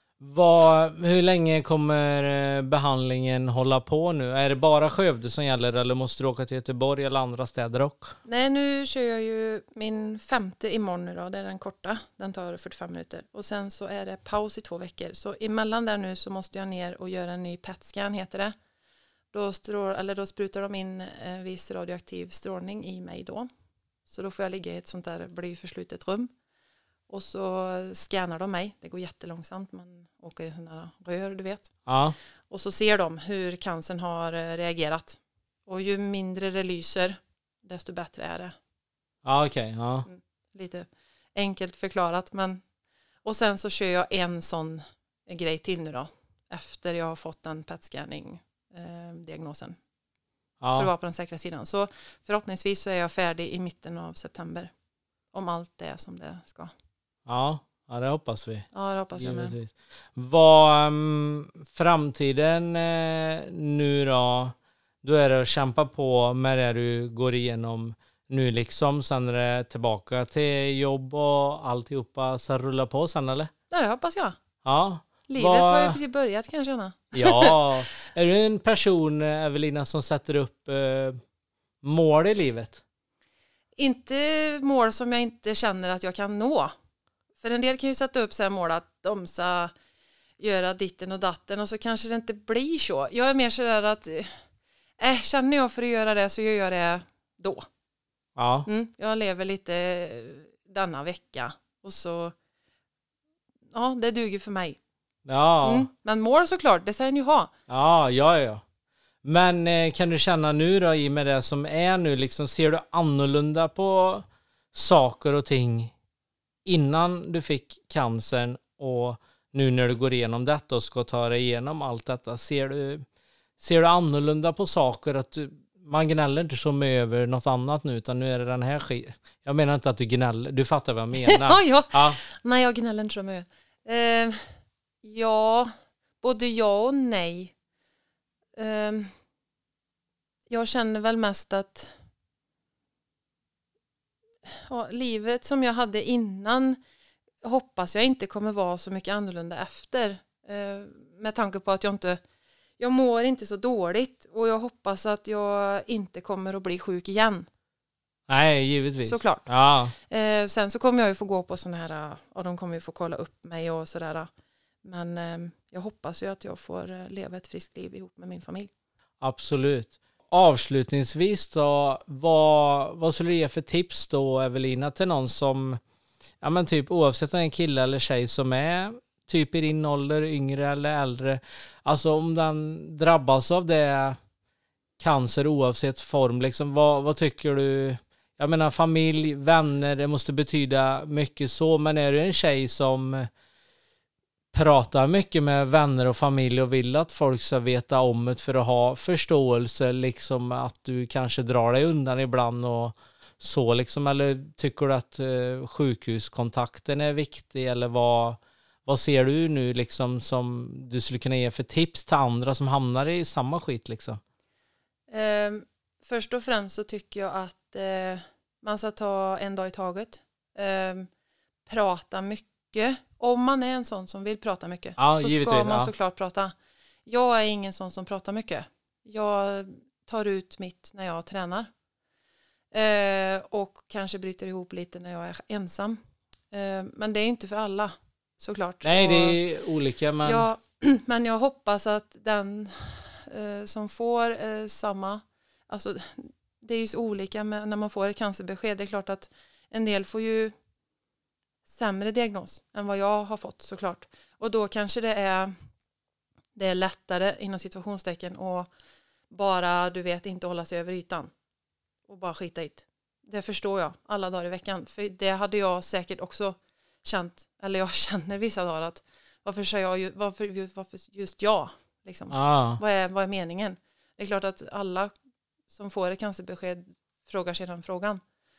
Speaker 1: Vad, hur länge kommer behandlingen hålla på nu? Är det bara Skövde som gäller eller måste du åka till Göteborg eller andra städer också?
Speaker 2: Nej, nu kör jag ju min femte imorgon idag. Det är den korta. Den tar fyrtiofem minuter. Och sen så är det paus i två veckor. Så emellan där nu så måste jag ner och göra en ny P E T-scan heter det. Då, strå, eller då sprutar de in eh, viss radioaktiv strålning i mig då. Så då får jag ligga i ett sånt där blyförslutet rum. Och så scannar de mig. Det går jättelångsamt. Man åker i sådana här rör, du vet.
Speaker 1: Ja.
Speaker 2: Och så ser de hur cancern har reagerat. Och ju mindre det lyser, desto bättre är det.
Speaker 1: Ja, okej. Okay, ja.
Speaker 2: Mm, lite enkelt förklarat. Men... Och sen så kör jag en sån grej till nu då. Efter jag har fått den P E T-scanning-diagnosen. Ja. För att vara på den säkra sidan. Så förhoppningsvis så är jag färdig i mitten av september. Om allt är som det ska.
Speaker 1: Ja, ja det hoppas vi.
Speaker 2: Ja, det hoppas jag med.
Speaker 1: Vad um, framtiden eh, nu då? Då är det att kämpa på med det du går igenom nu liksom. Sen är det tillbaka till jobb och alltihopa så rullar på sen eller?
Speaker 2: Ja, det hoppas jag.
Speaker 1: Ja.
Speaker 2: Livet
Speaker 1: Vad...
Speaker 2: har ju precis börjat kan jag känna.
Speaker 1: Ja, är du en person, Evelina, som sätter upp eh, mål i livet?
Speaker 2: Inte mål som jag inte känner att jag kan nå. För en del kan ju sätta upp så här mål att de ska göra ditten och datten och så kanske det inte blir så. Jag är mer så där att Äh, känner jag för att göra det så gör jag det då.
Speaker 1: Ja.
Speaker 2: Mm, jag lever lite denna vecka. Och så, ja, det duger för mig.
Speaker 1: Ja.
Speaker 2: Mm, men mål såklart, det säger ni ju ha.
Speaker 1: Ja, ja, ja. Men eh, kan du känna nu då, i med det som är nu, liksom, ser du annorlunda på saker och ting innan du fick cancern och nu när du går igenom detta och ska ta dig igenom allt detta? Ser du, ser du annorlunda på saker? Att du, man gnäller inte så mycket över något annat nu, utan nu är det den här skit. Jag menar inte att du gnäller, du fattar vad jag menar.
Speaker 2: ja, ja.
Speaker 1: Ja.
Speaker 2: Nej, jag gnäller inte så mycket. Eh, ja, både ja och nej. Eh, jag känner väl mest att ja, livet som jag hade innan hoppas jag inte kommer vara så mycket annorlunda efter. Eh, med tanke på att jag inte jag mår inte så dåligt och jag hoppas att jag inte kommer att bli sjuk igen.
Speaker 1: Nej, givetvis.
Speaker 2: Såklart.
Speaker 1: Ja.
Speaker 2: Eh, sen så kommer jag ju få gå på sådana här, och de kommer ju få kolla upp mig och sådär. Men eh, jag hoppas ju att jag får leva ett friskt liv ihop med min familj.
Speaker 1: Absolut. Avslutningsvis då, vad, vad skulle du ge för tips då, Evelina, till någon som, ja men typ oavsett om det är en kille eller tjej som är typ i din ålder, yngre eller äldre, alltså om den drabbas av det cancer oavsett form, liksom, vad, vad tycker du? Jag menar familj, vänner, det måste betyda mycket så, men är du en tjej som pratar mycket med vänner och familj och vill att folk ska veta om det för att ha förståelse, liksom att du kanske drar dig undan ibland och så liksom, eller tycker du att eh, sjukhuskontakten är viktig, eller vad, vad ser du nu liksom som du skulle kunna ge för tips till andra som hamnar i samma skit liksom?
Speaker 2: Eh, först och främst så tycker jag att eh, man ska ta en dag i taget. Eh, prata mycket. Om man är en sån som vill prata mycket
Speaker 1: ja,
Speaker 2: så
Speaker 1: givetvis,
Speaker 2: ska man
Speaker 1: ja.
Speaker 2: såklart prata. Jag är ingen sån som pratar mycket. Jag tar ut mitt när jag tränar. Eh, och kanske bryter ihop lite när jag är ensam. Eh, men det är inte för alla, såklart.
Speaker 1: Nej,
Speaker 2: och
Speaker 1: det är olika. Men...
Speaker 2: Jag, men jag hoppas att den eh, som får eh, samma... Alltså, det är ju så olika med, när man får ett cancerbesked. Det är klart att en del får ju sämre diagnos än vad jag har fått, såklart. Och då kanske det är, det är lättare inom situationstecken och bara, du vet, inte hålla sig över ytan. Och bara skita hit. Det förstår jag alla dagar i veckan. För det hade jag säkert också känt. Eller jag känner vissa dagar att varför säger jag, varför, varför just jag? Liksom.
Speaker 1: Ah.
Speaker 2: Vad, är, vad är meningen? Det är klart att alla som får ett cancerbesked frågar sig den frågan.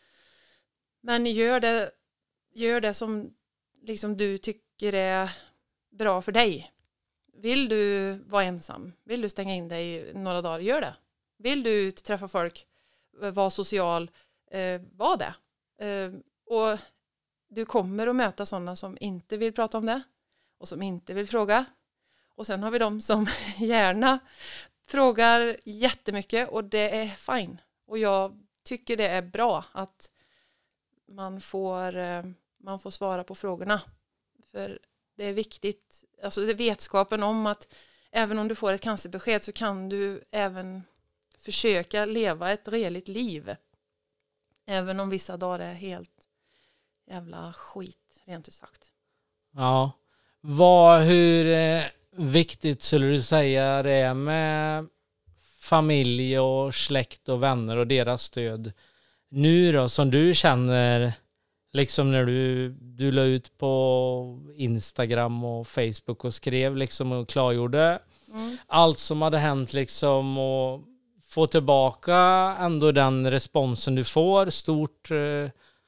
Speaker 2: Men gör det, gör det som liksom du tycker är bra för dig. Vill du vara ensam? Vill du stänga in dig några dagar? Gör det. Vill du ut, träffa folk? Vara social? Eh, var det. Eh, och du kommer att möta sådana som inte vill prata om det. Och som inte vill fråga. Och sen har vi de som gärna frågar jättemycket. Och det är fine. Och jag tycker det är bra att man får, eh, man får svara på frågorna. För det är viktigt. Alltså det är vetskapen om att även om du får ett cancerbesked så kan du även försöka leva ett reellt liv. Även om vissa dagar är helt jävla skit, rent ut sagt.
Speaker 1: Ja. Vad, hur eh, viktigt skulle du säga det är med familj och släkt och vänner och deras stöd nu då, som du känner liksom när du, du la ut på Instagram och Facebook och skrev liksom och klargjorde mm. allt som hade hänt liksom, och få tillbaka ändå den responsen du får, stort eh,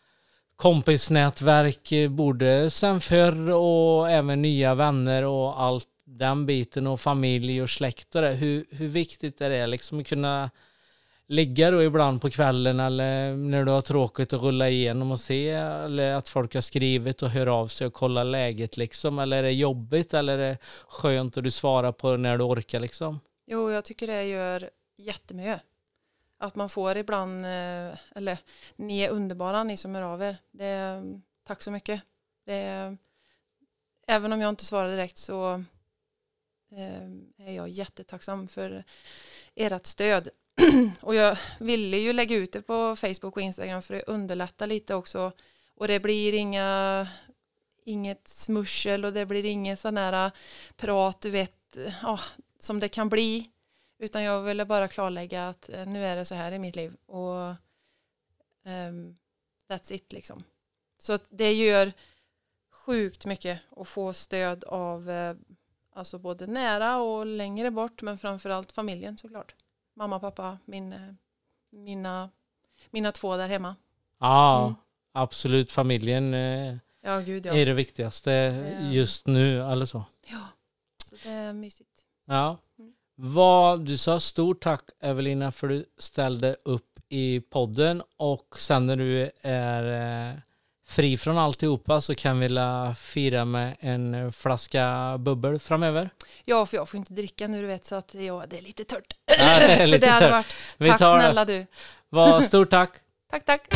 Speaker 1: kompisnätverk både sen förr och även nya vänner och allt den biten och familj och släkt och det. Hur, hur viktigt är det liksom att kunna ligga då ibland på kvällen eller när du har tråkigt att rulla igenom och se, eller att folk har skrivit och hör av sig och kolla läget liksom, eller är det jobbigt eller är det skönt att du svarar på när du orkar liksom?
Speaker 2: Jo, jag tycker det gör jättemycket. Att man får ibland, eller ni är underbara, ni som hör av er. Det, tack så mycket. Det, även om jag inte svarar direkt så är jag jättetacksam för ert stöd. Och jag ville ju lägga ut det på Facebook och Instagram för att underlätta lite också. Och det blir inga, inget smussel och det blir inget sån här prat, du vet, ja, som det kan bli. Utan jag ville bara klarlägga att nu är det så här i mitt liv. Och um, that's it liksom. Så att det gör sjukt mycket att få stöd av eh, alltså både nära och längre bort, men framförallt familjen såklart. Mamma, pappa, min, mina, mina två där hemma.
Speaker 1: Ja,
Speaker 2: mm.
Speaker 1: absolut. Familjen eh,
Speaker 2: ja, gud, ja.
Speaker 1: är det viktigaste det... just nu, eller så.
Speaker 2: Ja, så det är mysigt.
Speaker 1: Ja.
Speaker 2: Mm.
Speaker 1: Vad, du sa stort tack, Evelina, för du ställde upp i podden, och sen när du är eh, fri från alltihopa så kan vi la fira med en flaska bubbel framöver.
Speaker 2: Ja, för jag får inte dricka nu, du vet, så att ja, det är lite tört.
Speaker 1: Ja, det är
Speaker 2: så
Speaker 1: lite
Speaker 2: det hade
Speaker 1: tört.
Speaker 2: varit,
Speaker 1: Vi
Speaker 2: tack
Speaker 1: tar,
Speaker 2: snälla du.
Speaker 1: Vad stort tack.
Speaker 2: Tack, tack.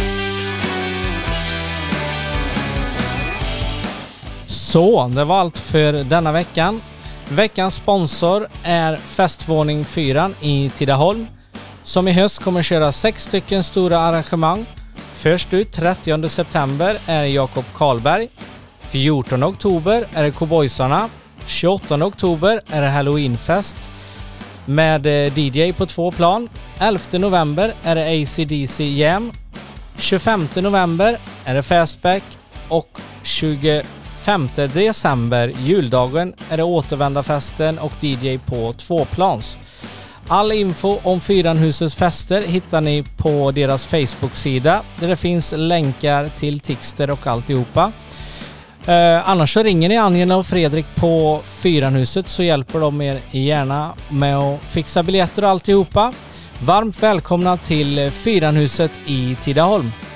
Speaker 1: Så, det var allt för denna veckan. Veckans sponsor är Festvåning fyra i Tidaholm, som i höst kommer köra sex stycken stora arrangemang. Först ut trettionde september är Jakob Karlberg. fjortonde oktober är det Cowboysarna. tjugoåttonde oktober är det Halloweenfest med D J på två plan. elfte november är det A C D C Jam. tjugofemte november är det Fastback. Och tjugofemte december, juldagen, är det Återvändarfesten och D J på två plans. All info om Fyranhusets fester hittar ni på deras Facebook-sida, där det finns länkar till texter och alltihopa. Eh, annars så ringer ni Angela och Fredrik på Fyranhuset, så hjälper de er gärna med att fixa biljetter och alltihopa. Varmt välkomna till Fyranhuset i Tidaholm.